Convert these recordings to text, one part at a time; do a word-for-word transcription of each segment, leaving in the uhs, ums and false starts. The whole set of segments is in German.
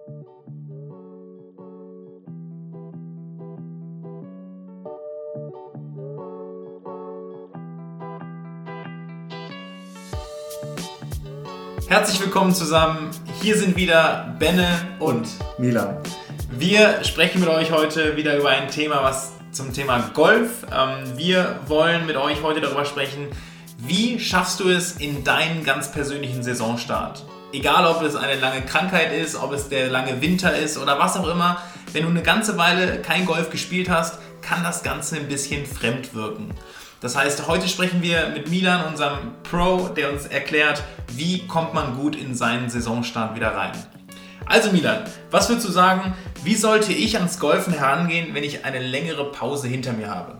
Herzlich willkommen zusammen. Hier sind wieder Benne und Milan. Wir sprechen mit euch heute wieder über ein Thema, was zum Thema Golf. Wir wollen mit euch heute darüber sprechen, wie schaffst du es in deinen ganz persönlichen Saisonstart? Egal, ob es eine lange Krankheit ist, ob es der lange Winter ist oder was auch immer. Wenn du eine ganze Weile kein Golf gespielt hast, kann das Ganze ein bisschen fremd wirken. Das heißt, heute sprechen wir mit Milan, unserem Pro, der uns erklärt, wie kommt man gut in seinen Saisonstart wieder rein. Also Milan, was würdest du sagen, wie sollte ich ans Golfen herangehen, wenn ich eine längere Pause hinter mir habe?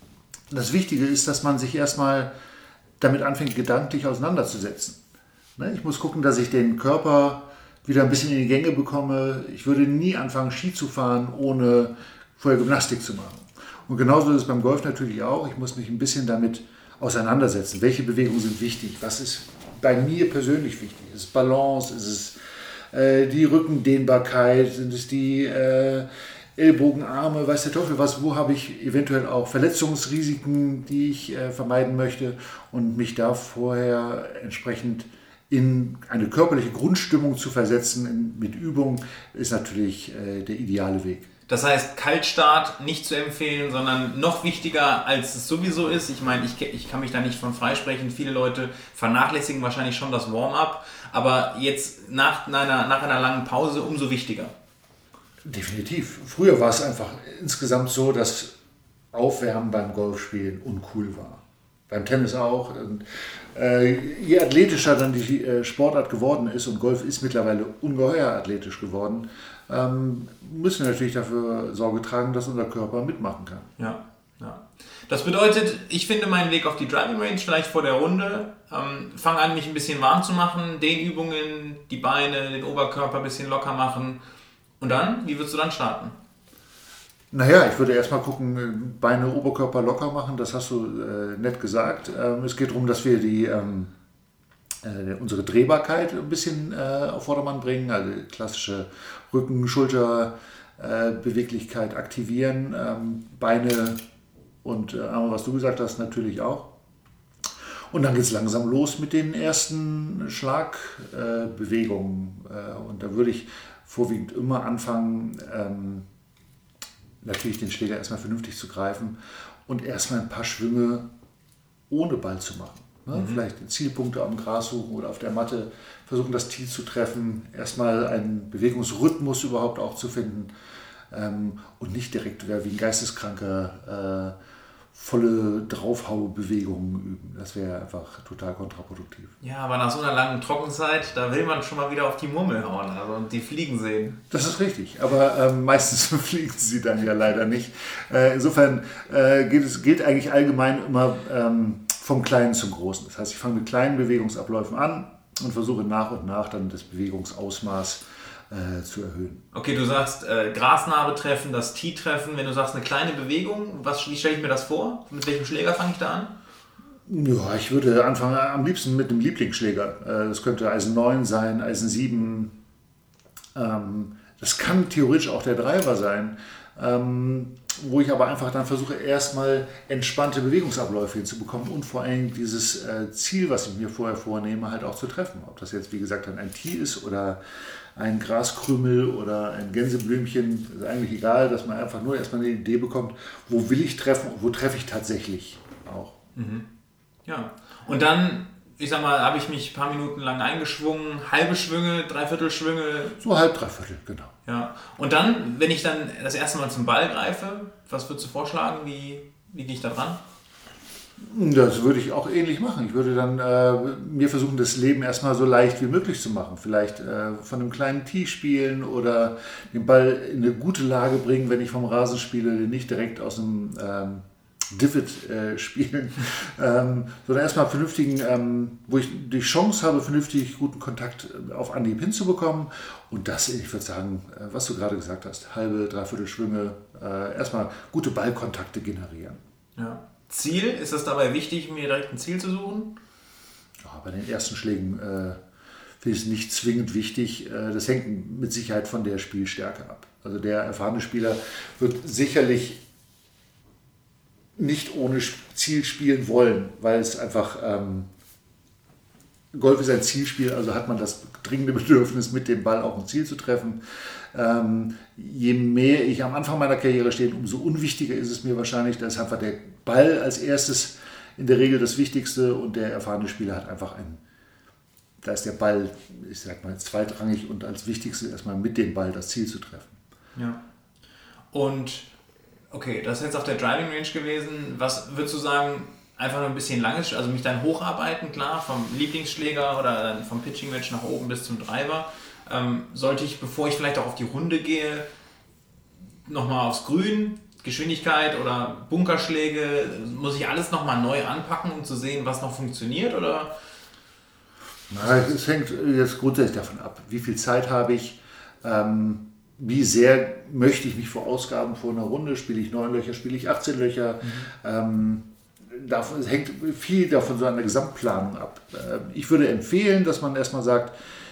Das Wichtige ist, dass man sich erstmal damit anfängt, gedanklich auseinanderzusetzen. Ich muss gucken, dass ich den Körper wieder ein bisschen in die Gänge bekomme. Ich würde nie anfangen, Ski zu fahren, ohne vorher Gymnastik zu machen. Und genauso ist es beim Golf natürlich auch. Ich muss mich ein bisschen damit auseinandersetzen. Welche Bewegungen sind wichtig? Was ist bei mir persönlich wichtig? Ist es Balance? Ist es äh, die Rückendehnbarkeit? Sind es die äh, Ellbogenarme? Weiß der Teufel was? Wo habe ich eventuell auch Verletzungsrisiken, die ich äh, vermeiden möchte? Und mich da vorher entsprechend in eine körperliche Grundstimmung zu versetzen in, mit Übung ist natürlich äh, der ideale Weg. Das heißt, Kaltstart nicht zu empfehlen, sondern noch wichtiger, als es sowieso ist. Ich meine, ich, ich kann mich da nicht von freisprechen. Viele Leute vernachlässigen wahrscheinlich schon das Warm-up, aber jetzt nach einer, nach einer langen Pause umso wichtiger. Definitiv. Früher war es einfach insgesamt so, dass Aufwärmen beim Golfspielen uncool war. Beim Tennis auch. Und, äh, je athletischer dann die äh, Sportart geworden ist, und Golf ist mittlerweile ungeheuer athletisch geworden, ähm, müssen wir natürlich dafür Sorge tragen, dass unser Körper mitmachen kann. Ja, ja. Das bedeutet, ich finde meinen Weg auf die Driving Range vielleicht vor der Runde, ähm, fange an, mich ein bisschen warm zu machen, Dehnübungen, die Beine, den Oberkörper ein bisschen locker machen. Und dann, wie würdest du dann starten? Naja, ich würde erstmal gucken, Beine, Oberkörper locker machen, das hast du äh, nett gesagt. Ähm, es geht darum, dass wir die, ähm, äh, unsere Drehbarkeit ein bisschen äh, auf Vordermann bringen, also klassische Rücken-, Schulter-Beweglichkeit äh, aktivieren, ähm, Beine und äh, Arme, was du gesagt hast, natürlich auch. Und dann geht es langsam los mit den ersten Schlagbewegungen. Äh, äh, und da würde ich vorwiegend immer anfangen, ähm, natürlich den Schläger erstmal vernünftig zu greifen und erstmal ein paar Schwünge ohne Ball zu machen. Ne? Mhm. Vielleicht Zielpunkte am Gras suchen oder auf der Matte versuchen, das Tee zu treffen, erstmal einen Bewegungsrhythmus überhaupt auch zu finden ähm, und nicht direkt wie ein Geisteskranker äh, volle Draufhau-Bewegungen üben. Das wäre einfach total kontraproduktiv. Ja, aber nach so einer langen Trockenzeit, da will man schon mal wieder auf die Murmel hauen, also und die fliegen sehen. Das ist richtig, aber ähm, meistens fliegen sie dann ja leider nicht. Äh, insofern äh, geht es gilt eigentlich allgemein immer ähm, vom Kleinen zum Großen. Das heißt, ich fange mit kleinen Bewegungsabläufen an und versuche nach und nach dann das Bewegungsausmaß Äh, zu erhöhen. Okay, du sagst äh, Grasnarbe treffen, das Tee treffen. Wenn du sagst eine kleine Bewegung, was, wie stelle ich mir das vor? Mit welchem Schläger fange ich da an? Ja, ich würde anfangen am liebsten mit einem Lieblingsschläger. Äh, das könnte Eisen neun sein, Eisen sieben. Ähm, das kann theoretisch auch der Driver sein. Ähm, wo ich aber einfach dann versuche, erstmal entspannte Bewegungsabläufe hinzubekommen und vor allem dieses äh, Ziel, was ich mir vorher vornehme, halt auch zu treffen. Ob das jetzt, wie gesagt, dann ein Tee ist oder ein Graskrümel oder ein Gänseblümchen, ist eigentlich egal, dass man einfach nur erstmal eine Idee bekommt, wo will ich treffen und wo treffe ich tatsächlich auch. Mhm. Ja, und dann, ich sag mal, habe ich mich ein paar Minuten lang eingeschwungen, halbe Schwünge, dreiviertel Schwünge. So halb, dreiviertel, genau. Ja, und dann, wenn ich dann das erste Mal zum Ball greife, was würdest du vorschlagen, wie, wie gehe ich da dran? Das würde ich auch ähnlich machen. Ich würde dann äh, mir versuchen, das Leben erstmal so leicht wie möglich zu machen. Vielleicht äh, von einem kleinen Tee spielen oder den Ball in eine gute Lage bringen, wenn ich vom Rasen spiele, den nicht direkt aus einem ähm, Divot äh, spielen, ähm, sondern erstmal vernünftigen, ähm, wo ich die Chance habe, vernünftig guten Kontakt auf Anhieb hinzubekommen. Und das, ich würde sagen, äh, was du gerade gesagt hast, halbe, dreiviertel Schwünge, äh, erstmal gute Ballkontakte generieren. Ja. Ziel, ist es dabei wichtig, mir direkt ein Ziel zu suchen? Ja, bei den ersten Schlägen äh, finde ich es nicht zwingend wichtig. Das hängt mit Sicherheit von der Spielstärke ab. Also der erfahrene Spieler wird sicherlich nicht ohne Ziel spielen wollen, weil es einfach, ähm, Golf ist ein Zielspiel, also hat man das dringende Bedürfnis, mit dem Ball auch ein Ziel zu treffen. Ähm, je mehr ich am Anfang meiner Karriere stehe, umso unwichtiger ist es mir wahrscheinlich, dass einfach der Ball als erstes in der Regel das Wichtigste und der erfahrene Spieler hat einfach ein, da ist der Ball, ich sag mal, zweitrangig und als Wichtigste erstmal mit dem Ball das Ziel zu treffen. Ja. Und okay, das ist jetzt auf der Driving Range gewesen. Was würdest du sagen, einfach nur ein bisschen langes, also mich dann hocharbeiten, klar, vom Lieblingsschläger oder dann vom Pitching Wedge nach oben bis zum Driver. Ähm, sollte ich, bevor ich vielleicht auch auf die Runde gehe, nochmal aufs Grün, Geschwindigkeit oder Bunkerschläge, muss ich alles nochmal neu anpacken, um zu sehen, was noch funktioniert, oder? Na, es hängt jetzt grundsätzlich davon ab, wie viel Zeit habe ich, ähm, wie sehr möchte ich mich verausgaben vor einer Runde, spiele ich neun Löcher, spiele ich achtzehn Löcher, mhm. ähm, davon, es hängt viel davon so an der Gesamtplanung ab. Äh, ich würde empfehlen, dass man erstmal sagt,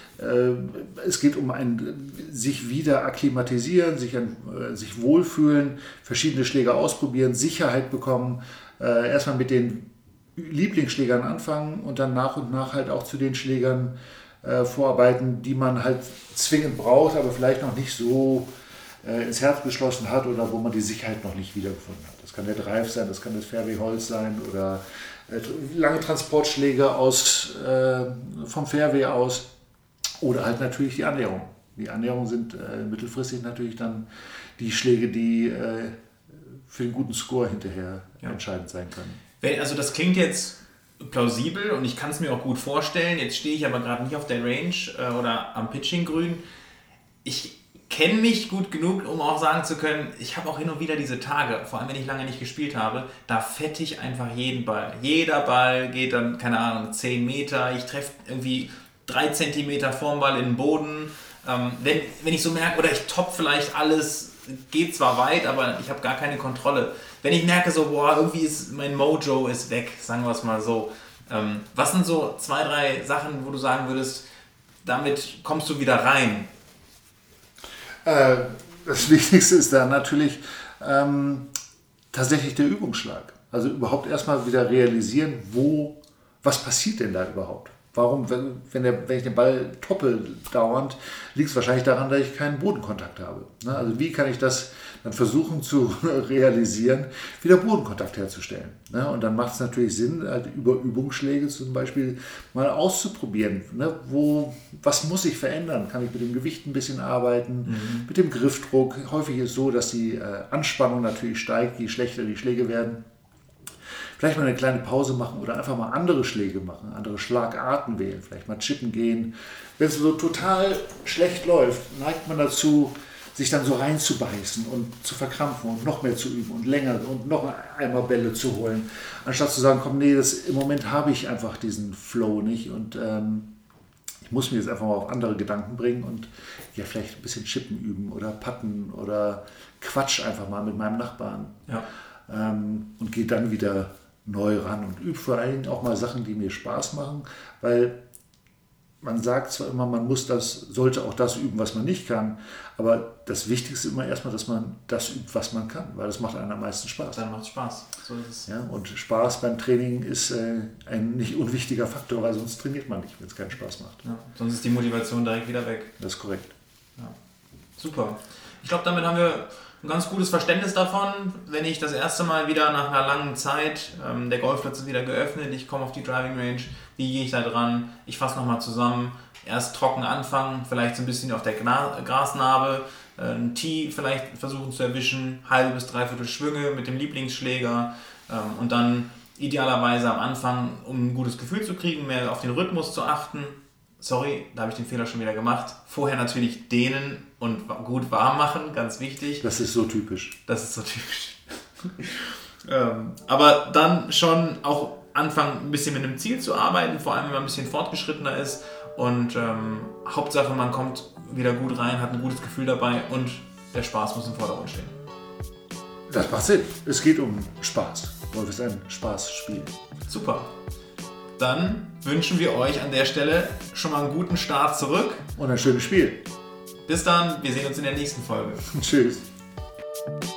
es geht um ein sich wieder akklimatisieren, sich, ein, sich wohlfühlen, verschiedene Schläger ausprobieren, Sicherheit bekommen, äh, erstmal mit den Lieblingsschlägern anfangen und dann nach und nach halt auch zu den Schlägern äh, vorarbeiten, die man halt zwingend braucht, aber vielleicht noch nicht so äh, ins Herz geschlossen hat oder wo man die Sicherheit noch nicht wiedergefunden hat. Das kann der Drive sein, das kann das Fairway-Holz sein oder äh, lange Transportschläge aus, äh, vom Fairway aus. Oder halt natürlich die Annäherung. Die Annäherung sind äh, mittelfristig natürlich dann die Schläge, die äh, für den guten Score hinterher ja. entscheidend sein können. Also das klingt jetzt plausibel und ich kann es mir auch gut vorstellen. Jetzt stehe ich aber gerade nicht auf der Range äh, oder am Pitching-Grün. Ich kenne mich gut genug, um auch sagen zu können, ich habe auch hin und wieder diese Tage, vor allem wenn ich lange nicht gespielt habe, da fette ich einfach jeden Ball. Jeder Ball geht dann, keine Ahnung, zehn Meter. Ich treffe irgendwie drei Zentimeter vorm Ball in den Boden. Ähm, wenn, wenn ich so merke, oder ich top vielleicht alles, geht zwar weit, aber ich habe gar keine Kontrolle. Wenn ich merke so, boah, irgendwie ist mein Mojo ist weg, sagen wir es mal so. Ähm, was sind so zwei, drei Sachen, wo du sagen würdest, damit kommst du wieder rein? Äh, das Wichtigste ist dann natürlich ähm, tatsächlich der Übungsschlag. Also überhaupt erstmal wieder realisieren, wo, was passiert denn da überhaupt? Warum, wenn, wenn, der, wenn ich den Ball toppe dauernd, liegt es wahrscheinlich daran, dass ich keinen Bodenkontakt habe. Ne? Also wie kann ich das dann versuchen zu realisieren, wieder Bodenkontakt herzustellen? Ne? Und dann macht es natürlich Sinn, halt über Übungsschläge zum Beispiel mal auszuprobieren. Ne? Wo, was muss ich verändern? Kann ich mit dem Gewicht ein bisschen arbeiten, mhm. mit dem Griffdruck? Häufig ist es so, dass die äh, Anspannung natürlich steigt, je schlechter die Schläge werden. Vielleicht mal eine kleine Pause machen oder einfach mal andere Schläge machen, andere Schlagarten wählen, vielleicht mal chippen gehen. Wenn es so total schlecht läuft, neigt man dazu, sich dann so reinzubeißen und zu verkrampfen und noch mehr zu üben und länger und noch einmal Bälle zu holen, anstatt zu sagen, komm, nee, das, im Moment habe ich einfach diesen Flow nicht und ähm, ich muss mir jetzt einfach mal auf andere Gedanken bringen und ja, vielleicht ein bisschen chippen üben oder putten oder Quatsch einfach mal mit meinem Nachbarn. Ja. Ähm, und gehe dann wieder neu ran und übe vor allem auch mal Sachen, die mir Spaß machen, weil man sagt zwar immer, man muss das, sollte auch das üben, was man nicht kann, aber das Wichtigste ist immer erstmal, dass man das übt, was man kann, weil das macht einem am meisten Spaß. Dann macht es Spaß. So ist es. Ja, und Spaß beim Training ist äh, ein nicht unwichtiger Faktor, weil sonst trainiert man nicht, wenn es keinen Spaß macht. Ja, sonst ist die Motivation direkt wieder weg. Das ist korrekt. Ja. Super. Ich glaube, damit haben wir ein ganz gutes Verständnis davon, wenn ich das erste Mal wieder nach einer langen Zeit, ähm, der Golfplatz ist wieder geöffnet, ich komme auf die Driving Range, wie gehe ich da dran? Ich fasse nochmal zusammen, erst trocken anfangen, vielleicht so ein bisschen auf der Gna- Grasnarbe, äh, ein Tee vielleicht versuchen zu erwischen, halbe bis dreiviertel Schwünge mit dem Lieblingsschläger ähm, und dann idealerweise am Anfang, um ein gutes Gefühl zu kriegen, mehr auf den Rhythmus zu achten. Sorry, da habe ich den Fehler schon wieder gemacht. Vorher natürlich dehnen und gut warm machen, ganz wichtig. Das ist so typisch. Das ist so typisch. ähm, aber dann schon auch anfangen, ein bisschen mit einem Ziel zu arbeiten, vor allem wenn man ein bisschen fortgeschrittener ist. Und ähm, Hauptsache, man kommt wieder gut rein, hat ein gutes Gefühl dabei und der Spaß muss im Vordergrund stehen. Das macht Sinn. Es geht um Spaß. Golf ist ein Spaßspiel. Super. dann wünschen wir euch an der Stelle schon mal einen guten Start zurück. Und ein schönes Spiel. Bis dann, wir sehen uns in der nächsten Folge. Tschüss.